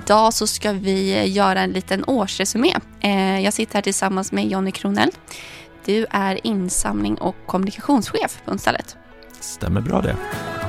idag så ska vi göra en liten årsresumé. Jag sitter här tillsammans med Jonny Kronell. Du är insamling- och kommunikationschef på Hundstallet. Stämmer bra det.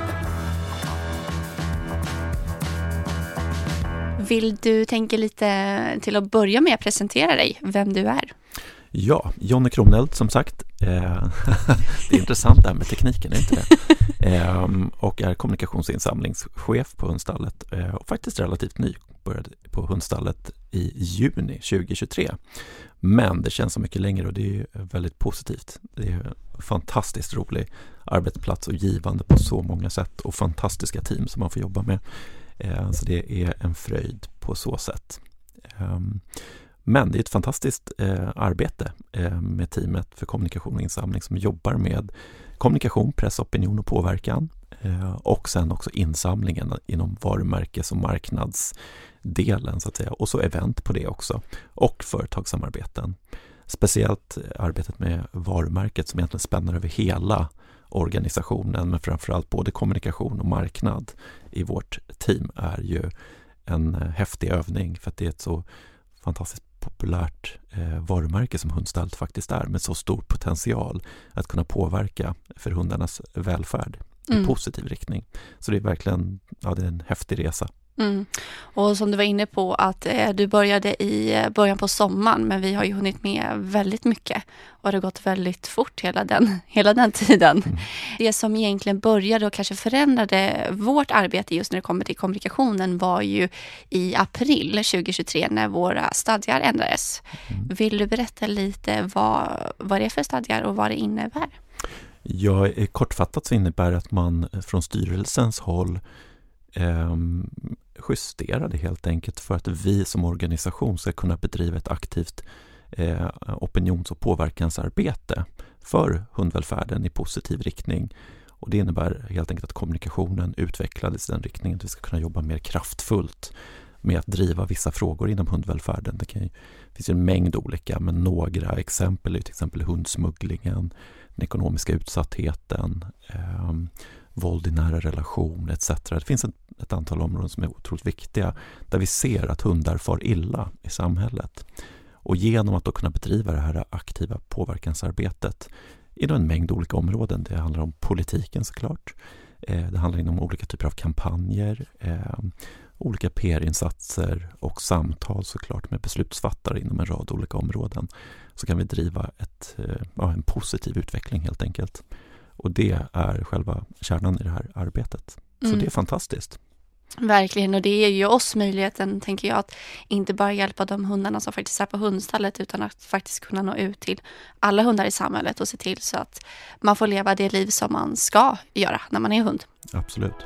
Vill du tänka lite till att börja med att presentera dig, vem du är? Ja, Jonny Kronell som sagt. Det är intressant det här med tekniken, är inte det? Och är kommunikationsinsamlingschef på Hundstallet. Och faktiskt relativt ny, började på Hundstallet i juni 2023. Men det känns så mycket längre och det är väldigt positivt. Det är en fantastiskt rolig arbetsplats och givande på så många sätt. Och fantastiska team som man får jobba med. Så det är en fröjd på så sätt. Men det är ett fantastiskt arbete med teamet för kommunikation och insamling som jobbar med kommunikation, press, opinion och påverkan. Och sen också insamlingen inom varumärkes- och marknadsdelen så att säga. Och så event på det också. Och företagssamarbeten. Speciellt arbetet med varumärket som egentligen spänner över hela organisationen, men framförallt både kommunikation och marknad i vårt team är ju en häftig övning för att det är ett så fantastiskt populärt varumärke som Hundstallet faktiskt är, med så stor potential att kunna påverka för hundarnas välfärd i positiv riktning. Så det är verkligen det är en häftig resa. Och som du var inne på att du började i början på sommaren, men vi har ju hunnit med väldigt mycket och det har gått väldigt fort hela den tiden. Det som egentligen började och kanske förändrade vårt arbete just när det kommer till kommunikationen var ju i april 2023 när våra stadgar ändrades. Vill du berätta lite vad det är för stadgar och vad det innebär? Ja, kortfattat så innebär att man från styrelsens håll justerade helt enkelt för att vi som organisation ska kunna bedriva ett aktivt opinions- och påverkansarbete för hundvälfärden i positiv riktning. Och det innebär helt enkelt att kommunikationen utvecklades i den riktningen att vi ska kunna jobba mer kraftfullt med att driva vissa frågor inom hundvälfärden. Det finns ju en mängd olika, men några exempel är till exempel hundsmugglingen, den ekonomiska utsattheten, våld i nära relation etc. Det finns ett antal områden som är otroligt viktiga där vi ser att hundar far illa i samhället. Och genom att då kunna bedriva det här aktiva påverkansarbetet inom en mängd olika områden. Det handlar om politiken såklart. Det handlar om olika typer av kampanjer, olika PR-insatser och samtal såklart med beslutsfattare inom en rad olika områden. Så kan vi driva en positiv utveckling helt enkelt. Och det är själva kärnan i det här arbetet. Så det är fantastiskt. Verkligen, och det ger ju oss möjligheten, tänker jag, att inte bara hjälpa de hundarna som faktiskt är på Hundstallet utan att faktiskt kunna nå ut till alla hundar i samhället och se till så att man får leva det liv som man ska göra när man är hund. Absolut.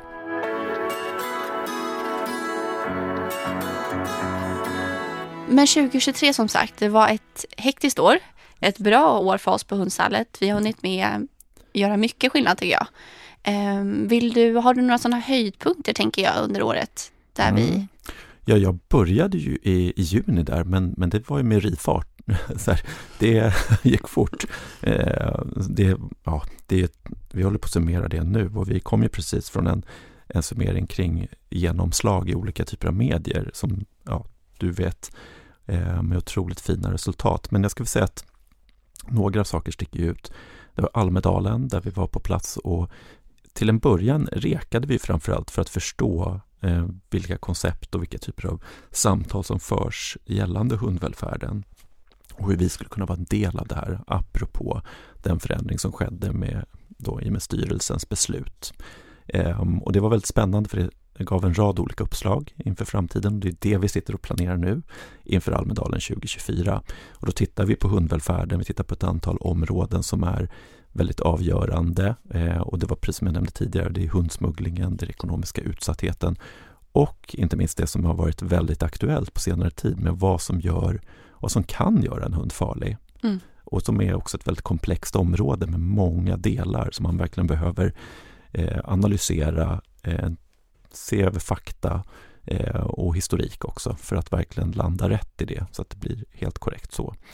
Men 2023 som sagt, det var ett hektiskt år. Ett bra år för oss på Hundstallet. Vi har hunnit med göra mycket skillnad tycker jag. Har du några sådana höjdpunkter tänker jag under året? Där vi... Ja, jag började ju i juni där men det var ju med rivfart. Så här, det gick fort. Vi håller på att summera det nu och vi kom ju precis från en summering kring genomslag i olika typer av medier som du vet med otroligt fina resultat. Men jag skulle säga att några saker sticker ut. Det var Almedalen där vi var på plats och till en början rekade vi framförallt för att förstå vilka koncept och vilka typer av samtal som förs gällande hundvälfärden och hur vi skulle kunna vara en del av det här apropå den förändring som skedde med styrelsens beslut. Och det var väldigt spännande för det gav en rad olika uppslag inför framtiden. Det är det vi sitter och planerar nu inför Almedalen 2024. Och då tittar vi på hundvälfärden, vi tittar på ett antal områden som är väldigt avgörande. Och det var precis som jag nämnde tidigare, det är hundsmugglingen, det är ekonomiska utsattheten och inte minst det som har varit väldigt aktuellt på senare tid med vad som kan göra en hund farlig. Och som är också ett väldigt komplext område med många delar som man verkligen behöver analysera, se över fakta och historik också för att verkligen landa rätt i det så att det blir helt korrekt så.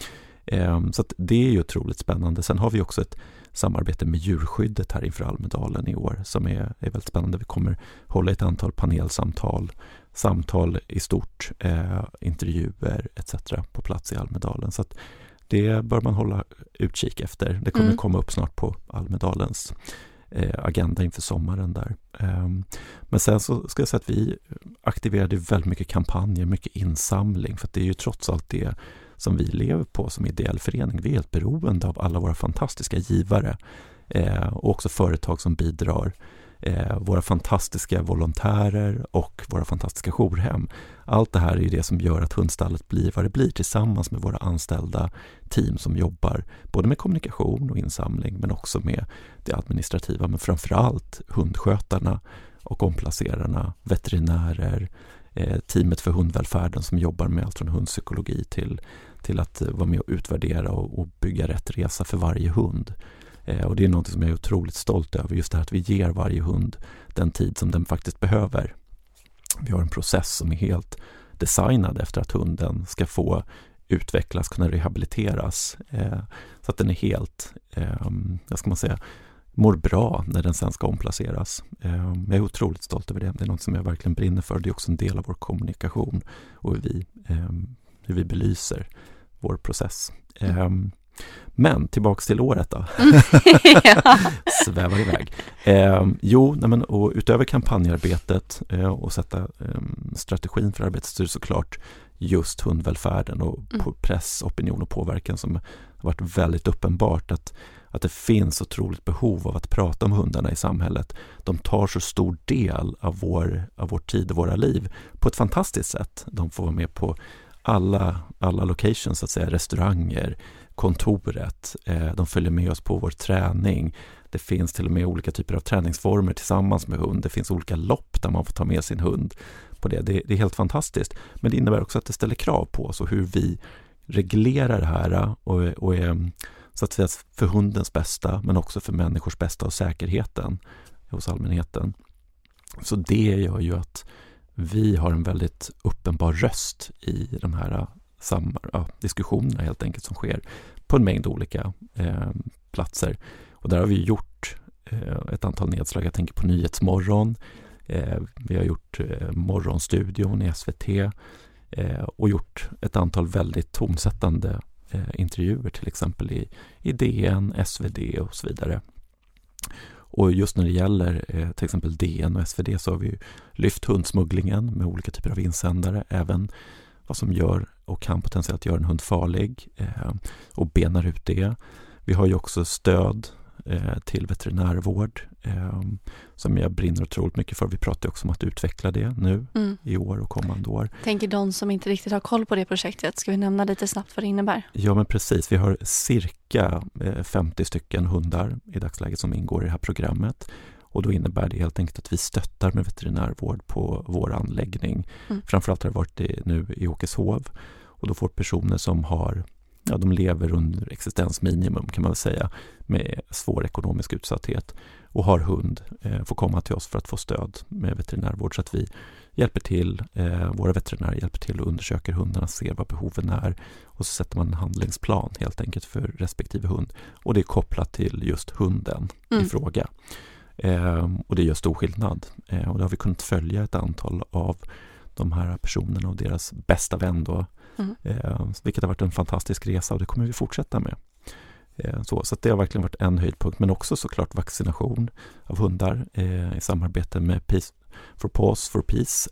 Så att det är ju otroligt spännande. Sen har vi också ett samarbete med djurskyddet här inför Almedalen i år som är väldigt spännande. Vi kommer hålla ett antal panelsamtal, samtal i stort, intervjuer etc. på plats i Almedalen. Så att det bör man hålla utkik efter. Det kommer komma upp snart på Almedalens agenda inför sommaren där. Men sen så ska jag säga att vi aktiverade väldigt mycket kampanjer, mycket insamling, för att det är ju trots allt det som vi lever på som ideell förening. Vi är helt beroende av alla våra fantastiska givare och också företag som bidrar. Våra fantastiska volontärer och våra fantastiska jourhem. Allt det här är det som gör att Hundstallet blir vad det blir tillsammans med våra anställda team som jobbar både med kommunikation och insamling men också med det administrativa, men framförallt hundskötarna och omplacerarna, veterinärer, teamet för hundvälfärden som jobbar med allt från hundpsykologi till att vara med och utvärdera och bygga rätt resa för varje hund. Och det är något som jag är otroligt stolt över, just det här att vi ger varje hund den tid som den faktiskt behöver. Vi har en process som är helt designad efter att hunden ska få utvecklas, kunna rehabiliteras. Så att den är helt, vad ska man säga, mår bra när den sen ska omplaceras. Jag är otroligt stolt över det. Det är något som jag verkligen brinner för. Det är också en del av vår kommunikation och hur vi belyser vår process. Men tillbaks till året då. Svävar iväg. Och utöver kampanjarbetet och sätta strategin för arbetet så är det såklart just hundvälfärden och press, opinion och påverkan som har varit väldigt uppenbart att det finns otroligt behov av att prata om hundarna i samhället. De tar så stor del av vår tid och våra liv på ett fantastiskt sätt. De får vara med på alla locations, så att säga, restauranger, kontoret, de följer med oss på vår träning. Det finns till och med olika typer av träningsformer tillsammans med hund. Det finns olika lopp där man får ta med sin hund på det. Det är helt fantastiskt. Men det innebär också att det ställer krav på oss och hur vi reglerar det här och är, så att säga, för hundens bästa men också för människors bästa och säkerheten hos allmänheten. Så det gör ju att vi har en väldigt uppenbar röst i de här diskussionerna helt enkelt som sker på en mängd olika platser. Och där har vi gjort ett antal nedslag. Jag tänker på Nyhetsmorgon. Vi har gjort Morgonstudion i SVT och gjort ett antal väldigt tonsättande intervjuer till exempel i DN, SvD och så vidare. Och just när det gäller till exempel DN och SvD så har vi lyft hundsmugglingen med olika typer av insändare, även vad som gör och kan potentiellt göra en hund farlig och benar ut det. Vi har ju också stöd till veterinärvård som jag brinner otroligt mycket för. Vi pratar också om att utveckla det nu i år och kommande år. Tänker de som inte riktigt har koll på det projektet, ska vi nämna lite snabbt vad det innebär? Ja, men precis. Vi har cirka 50 stycken hundar i dagsläget som ingår i det här programmet. Och då innebär det helt enkelt att vi stöttar med veterinärvård på vår anläggning. Framförallt har det varit det nu i Åkeshov. Och då får personer som har, de lever under existensminimum kan man väl säga, med svår ekonomisk utsatthet och har hund, får komma till oss för att få stöd med veterinärvård, så att vi hjälper till, våra veterinärer hjälper till och undersöker hundarna, ser vad behoven är och så sätter man en handlingsplan helt enkelt för respektive hund. Och det är kopplat till just hunden i fråga. Och det gör stor skillnad. Och då har vi kunnat följa ett antal av de här personerna och deras bästa vän då. Vilket har varit en fantastisk resa och det kommer vi fortsätta med. Så att det har verkligen varit en höjdpunkt, men också såklart vaccination av hundar i samarbete med Paws for Peace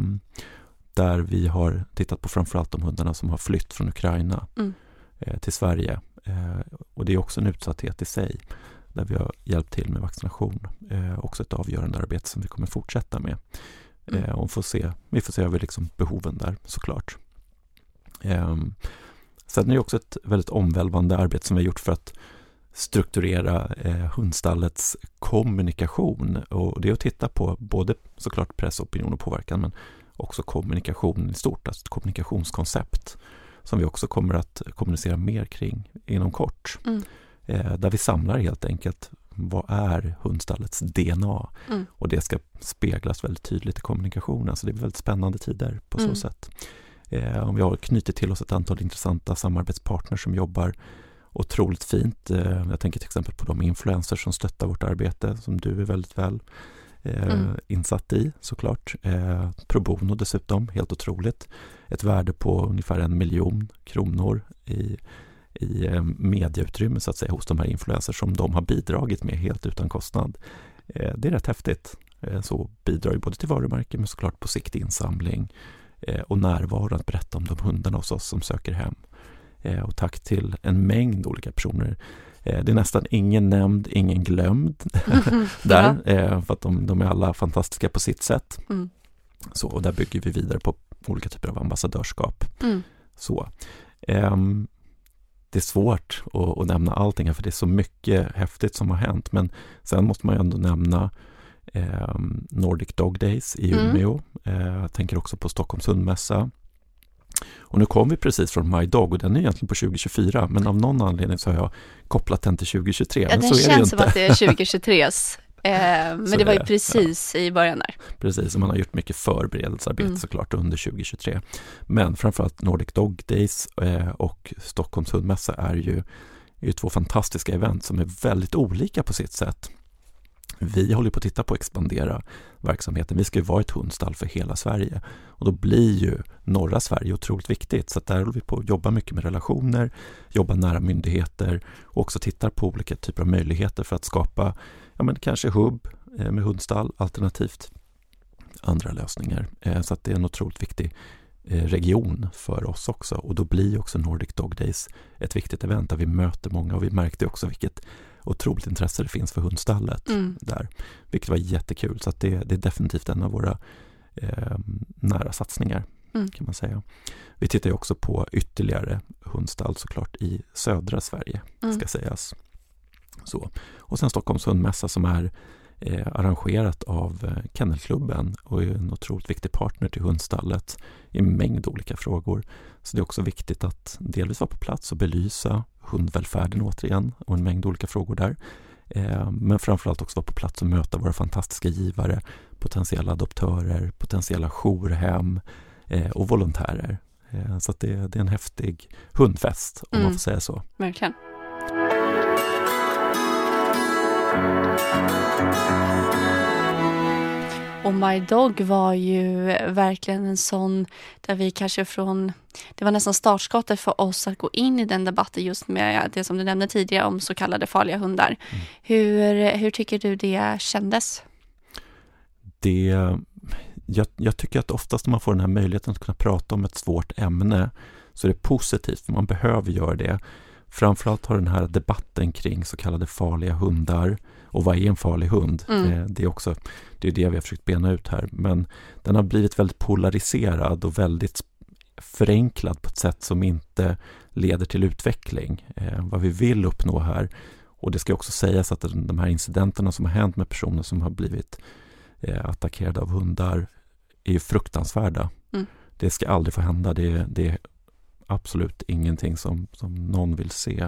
där vi har tittat på framförallt de hundarna som har flytt från Ukraina till Sverige. Och det är också en utsatthet i sig där vi har hjälpt till med vaccination. Också ett avgörande arbete som vi kommer fortsätta med. Och vi får se över liksom behoven där såklart. Sen är det också ett väldigt omvälvande arbete som vi har gjort för att strukturera hundstallets kommunikation. Och det är att titta på både såklart press, opinion och påverkan, men också kommunikation i stort, alltså ett kommunikationskoncept som vi också kommer att kommunicera mer kring inom kort. Där vi samlar helt enkelt vad är hundstallets DNA och det ska speglas väldigt tydligt i kommunikationen, så det är väldigt spännande tider på så sätt. Vi har knutit till oss ett antal intressanta samarbetspartners som jobbar otroligt fint. Jag tänker till exempel på de influencers som stöttar vårt arbete, som du är väldigt väl insatt i såklart. Pro bono dessutom, helt otroligt. Ett värde på ungefär 1 miljon kronor i medieutrymme så att säga hos de här influencers som de har bidragit med helt utan kostnad. Det är rätt häftigt. Så bidrar ju både till varumärken men såklart på sikt insamling och närvaro att berätta om de hundarna hos oss som söker hem. Och tack till en mängd olika personer. Det är nästan ingen nämnd, ingen glömd där, för att de är alla fantastiska på sitt sätt. Så, och där bygger vi vidare på olika typer av ambassadörskap. Så, det är svårt att nämna allting här för det är så mycket häftigt som har hänt, men sen måste man ju ändå nämna Nordic Dog Days i Umeå. Jag tänker också på Stockholms hundmässa. Och nu kom vi precis från My Dog och den är egentligen på 2024, men av någon anledning så har jag kopplat den till 2023. Ja, men den så är känns det ju som inte. att det är 2023s. Men det var ju precis i början där. Precis, och man har gjort mycket förberedelsearbete såklart under 2023. Men framförallt Nordic Dog Days och Stockholms hundmässa är ju 2 fantastiska event som är väldigt olika på sitt sätt. Vi håller på att titta på att expandera verksamheten. Vi ska ju vara ett hundstall för hela Sverige. Och då blir ju norra Sverige otroligt viktigt. Så att där håller vi på att jobba mycket med relationer, jobba nära myndigheter och också tittar på olika typer av möjligheter för att skapa kanske hubb med hundstall, alternativt andra lösningar. Så att det är en otroligt viktig region för oss också. Och då blir också Nordic Dog Days ett viktigt event där vi möter många och vi märkte också vilket otroligt intresse det finns för hundstallet där. Vilket var jättekul, så att det är definitivt en av våra nära satsningar kan man säga. Vi tittar ju också på ytterligare hundstall såklart i södra Sverige ska sägas. Så. Och sen Stockholms hundmässa som är arrangerat av Kennelklubben och är en otroligt viktig partner till hundstallet i en mängd olika frågor. Så det är också viktigt att delvis vara på plats och belysa hundvälfärden återigen och en mängd olika frågor där. Men framförallt också vara på plats och möta våra fantastiska givare, potentiella adoptörer, potentiella jourhem och volontärer. Så att det är en häftig hundfest om man får säga så. Verkligen. Och My Dog var ju verkligen en sån där vi kanske det var nästan startskottet för oss att gå in i den debatten just med det som du nämnde tidigare om så kallade farliga hundar. Hur tycker du det kändes? Jag tycker att oftast när man får den här möjligheten att kunna prata om ett svårt ämne så är det positivt, för man behöver göra det. Framförallt har den här debatten kring så kallade farliga hundar och vad är en farlig hund? Det är det vi har försökt bena ut här. Men den har blivit väldigt polariserad och väldigt förenklad på ett sätt som inte leder till utveckling. Vad vi vill uppnå här, och det ska också sägas att de här incidenterna som har hänt med personer som har blivit attackerade av hundar är ju fruktansvärda. Det ska aldrig få hända. Det är absolut ingenting som någon vill se.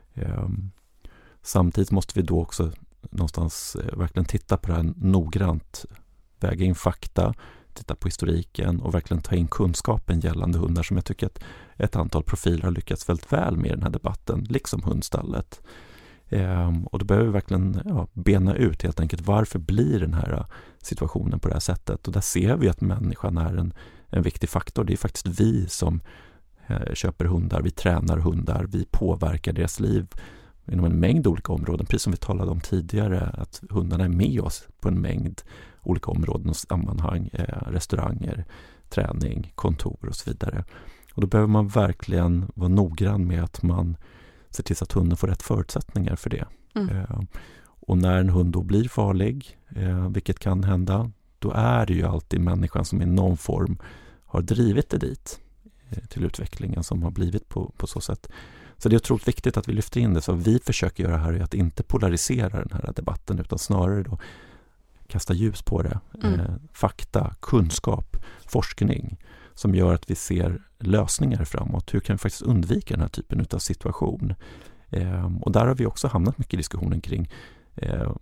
Samtidigt måste vi då också någonstans verkligen titta på det här noggrant, väga in fakta, titta på historiken och verkligen ta in kunskapen gällande hundar, som jag tycker att ett antal profiler har lyckats väldigt väl med i den här debatten, liksom hundstallet. Och då behöver vi verkligen bena ut helt enkelt varför blir den här situationen på det här sättet, och där ser vi att människan är en viktig faktor. Det är faktiskt vi som köper hundar, vi tränar hundar, vi påverkar deras liv inom en mängd olika områden, precis som vi talade om tidigare, att hundarna är med oss på en mängd olika områden och sammanhang, restauranger, träning, kontor och så vidare. Och då behöver man verkligen vara noggrann med att man ser till så att hunden får rätt förutsättningar för det. Och när en hund då blir farlig, vilket kan hända, då är det ju alltid människan som i någon form har drivit det dit till utvecklingen som har blivit på så sätt. Så det är otroligt viktigt att vi lyfter in det. Så vi försöker göra här är att inte polarisera den här debatten, utan snarare då kasta ljus på det. Fakta, kunskap, forskning som gör att vi ser lösningar framåt. Hur kan vi faktiskt undvika den här typen av situation? Och där har vi också hamnat mycket i diskussionen kring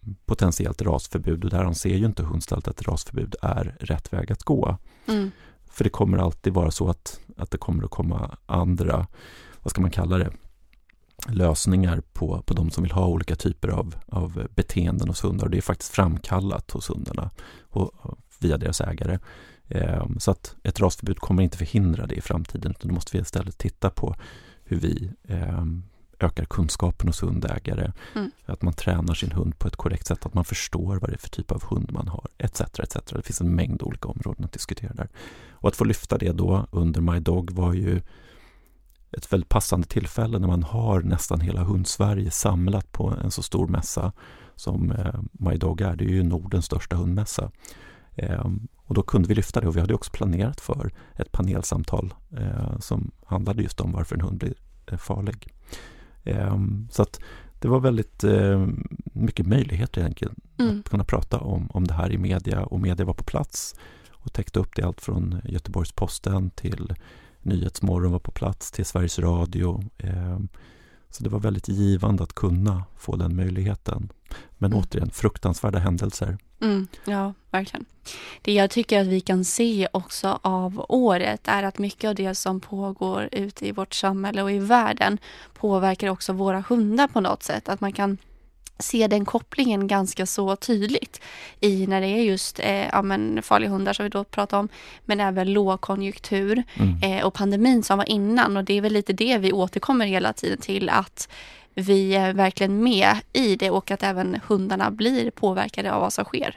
potentiellt rasförbud, och där anser ju inte hundstallet att rasförbud är rätt väg att gå. För det kommer alltid vara så att det kommer att komma andra, vad ska man kalla det, lösningar på de som vill ha olika typer av beteenden hos hundar. Och det är faktiskt framkallat hos hundarna och via deras ägare. Så att ett rasförbud kommer inte förhindra det i framtiden, utan då måste vi istället titta på hur vi ökar kunskapen hos hundägare, att man tränar sin hund på ett korrekt sätt, att man förstår vad det är för typ av hund man har, etc. Det finns en mängd olika områden att diskutera där. Och att få lyfta det då under My Dog var ju ett väldigt passande tillfälle när man har nästan hela Hundsverige samlat på en så stor mässa som My Dog är. Det är ju Nordens största hundmässa. Och då kunde vi lyfta det, och vi hade också planerat för ett panelsamtal som handlade just om varför en hund blir farlig. Så att det var väldigt mycket möjligheter egentligen att kunna prata om det här i media, och media var på plats och täckte upp det, allt från Göteborgs-Posten till Nyhetsmorgon var på plats till Sveriges Radio. Så det var väldigt givande att kunna få den möjligheten. Men återigen, fruktansvärda händelser. Ja, verkligen. Det jag tycker att vi kan se också av året är att mycket av det som pågår ute i vårt samhälle och i världen påverkar också våra hundar på något sätt. Att man kan se den kopplingen ganska så tydligt i när det är just farliga hundar som vi då pratar om, men även lågkonjunktur och pandemin som var innan. Och det är väl lite det vi återkommer hela tiden till, att vi är verkligen med i det och att även hundarna blir påverkade av vad som sker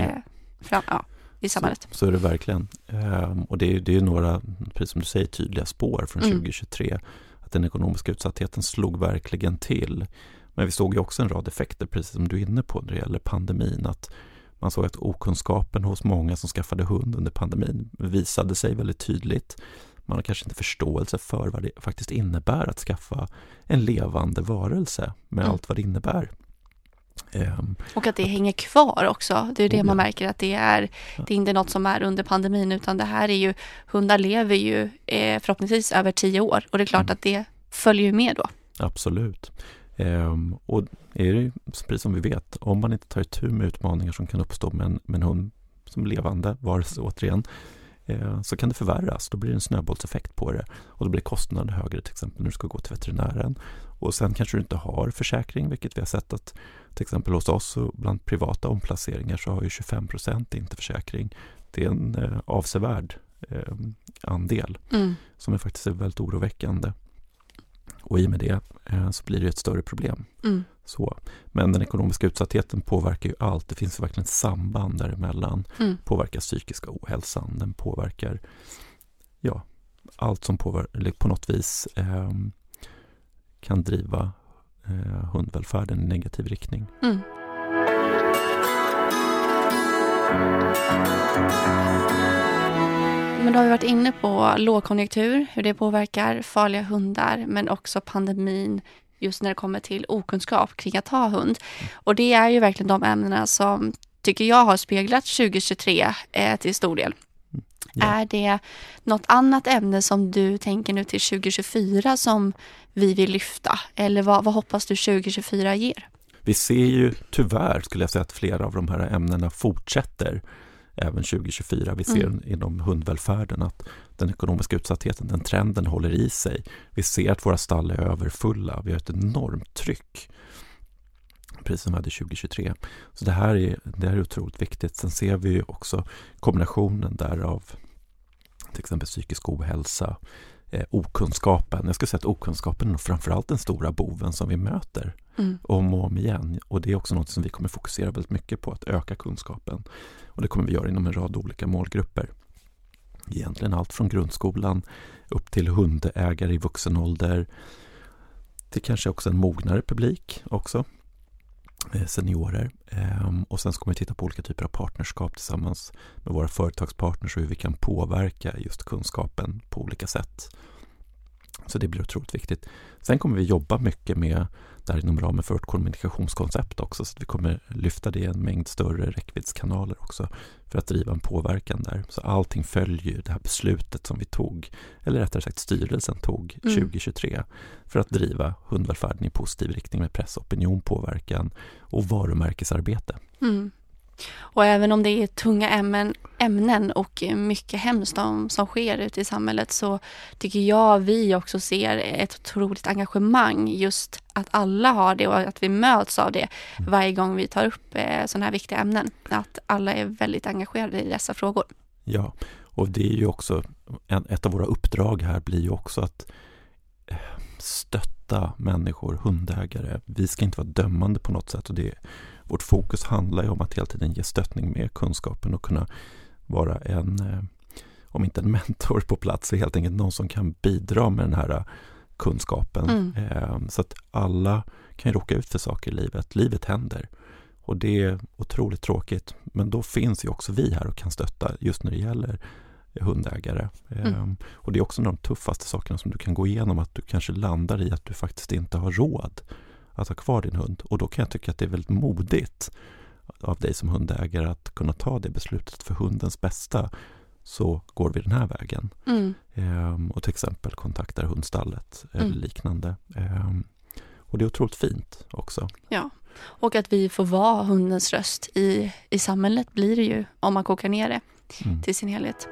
i samhället. Så är det verkligen. Och det är några, precis som du säger, tydliga spår från 2023. Att den ekonomiska utsattheten slog verkligen till. Men vi såg ju också en rad effekter, precis som du är inne på, när det gäller pandemin. Att man såg att okunskapen hos många som skaffade hund under pandemin visade sig väldigt tydligt. Man har kanske inte förståelse för vad det faktiskt innebär att skaffa en levande varelse med allt vad det innebär. Och att det hänger kvar också. Det är det man märker, att det är inte något som är under pandemin, utan det här är ju, hundar lever ju förhoppningsvis över 10 år, och det är klart att det följer med då. Absolut. Och är det, precis som vi vet, om man inte tar itu med utmaningar som kan uppstå med en hund som levande varelse återigen, så kan det förvärras. Då blir det en snöbollseffekt på det, och då blir kostnaden högre, till exempel när du ska gå till veterinären. Och sen kanske du inte har försäkring, vilket vi har sett att till exempel hos oss och bland privata omplaceringar så har ju 25% inte försäkring. Det är en avsevärd andel som är faktiskt väldigt oroväckande. Och i och med det så blir det ett större problem. Så. Men den ekonomiska utsattheten påverkar ju allt. Det finns verkligen ett samband däremellan. Påverkar psykiska ohälsan. Den påverkar allt som på något vis kan driva hundvälfärden i negativ riktning. Men då har vi varit inne på lågkonjunktur, hur det påverkar farliga hundar, men också pandemin just när det kommer till okunskap kring att ha hund. Och det är ju verkligen de ämnena som tycker jag har speglat 2023 till stor del. Ja. Är det något annat ämne som du tänker nu till 2024 som vi vill lyfta? Eller vad hoppas du 2024 ger? Vi ser ju tyvärr, skulle jag säga, att flera av de här ämnena fortsätter även 2024. Vi ser inom hundvälfärden att den ekonomiska utsattheten, den trenden håller i sig. Vi ser att våra stall är överfulla. Vi har ett enormt tryck, precis som vi hade 2023. Så det här är otroligt viktigt. Sen ser vi ju också kombinationen därav, till exempel psykisk ohälsa, okunskapen. Jag skulle säga att okunskapen är framförallt den stora boven som vi möter om och om igen. Och det är också något som vi kommer fokusera väldigt mycket på, att öka kunskapen. Och det kommer vi göra inom en rad olika målgrupper. Egentligen allt från grundskolan upp till hundägare i vuxen ålder. Det kanske också en mognare publik också. Seniorer. Och sen så kommer vi titta på olika typer av partnerskap tillsammans med våra företagspartners och hur vi kan påverka just kunskapen på olika sätt. Så det blir otroligt viktigt. Sen kommer vi jobba mycket med där inom ramen för vårt kommunikationskoncept också, så att vi kommer lyfta det i en mängd större räckviddskanaler också för att driva en påverkan där. Så allting följer det här beslutet som vi tog, eller rättare sagt styrelsen tog 2023 för att driva hundvälfärden i positiv riktning med press, opinion, påverkan och varumärkesarbete. Och även om det är tunga ämnen och mycket hemskt som sker ute i samhället, så tycker jag vi också ser ett otroligt engagemang, just att alla har det och att vi möts av det varje gång vi tar upp sådana här viktiga ämnen. Att alla är väldigt engagerade i dessa frågor. Ja, och det är ju också ett av våra uppdrag här blir ju också att stötta människor, hundägare. Vi ska inte vara dömande på något sätt, och vårt fokus handlar ju om att hela tiden ge stöttning med kunskapen och kunna vara om inte en mentor på plats, så helt enkelt någon som kan bidra med den här kunskapen. Så att alla kan ju råka ut för saker i livet. Livet händer. Och det är otroligt tråkigt. Men då finns ju också vi här och kan stötta just när det gäller hundägare. Och det är också en av de tuffaste sakerna som du kan gå igenom, att du kanske landar i att du faktiskt inte har råd att ha kvar din hund. Och då kan jag tycka att det är väldigt modigt av dig som hundägare att kunna ta det beslutet för hundens bästa. Så går vi den här vägen. Och till exempel kontaktar hundstallet eller liknande. Och det är otroligt fint också. Ja, och att vi får vara hundens röst i samhället blir det ju, om man kokar ner det till sin helhet.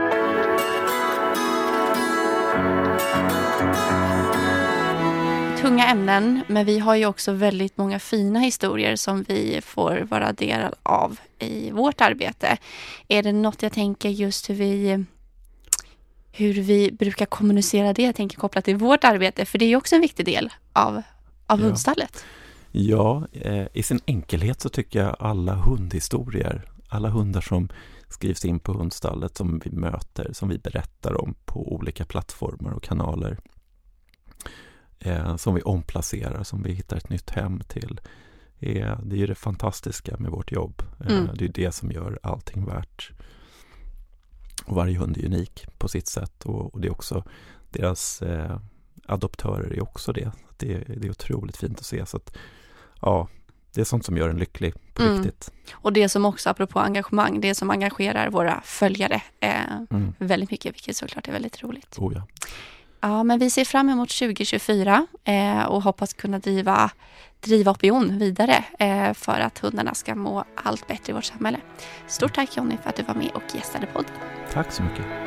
Tunga ämnen, men vi har ju också väldigt många fina historier som vi får vara del av i vårt arbete. Är det något jag tänker just hur vi brukar kommunicera det, jag tänker kopplat till vårt arbete, för det är ju också en viktig del av hundstallet. Ja, i sin enkelhet så tycker jag alla hundhistorier, alla hundar som skrivs in på hundstallet som vi möter, som vi berättar om på olika plattformar och kanaler, som vi omplacerar, som vi hittar ett nytt hem till. Det är ju det fantastiska med vårt jobb. Det är det som gör allting värt. Och varje hund är unik på sitt sätt, och det är också deras adoptörer är också det. Det är otroligt fint att se. Så att, ja, det är sånt som gör en lycklig på riktigt. Och det som också, apropå engagemang, det som engagerar våra följare väldigt mycket, vilket såklart är väldigt roligt. Oh ja. Ja, men vi ser fram emot 2024 och hoppas kunna driva opinion vidare för att hundarna ska må allt bättre i vårt samhälle. Stort tack Jonny för att du var med och gästade podden. Tack så mycket.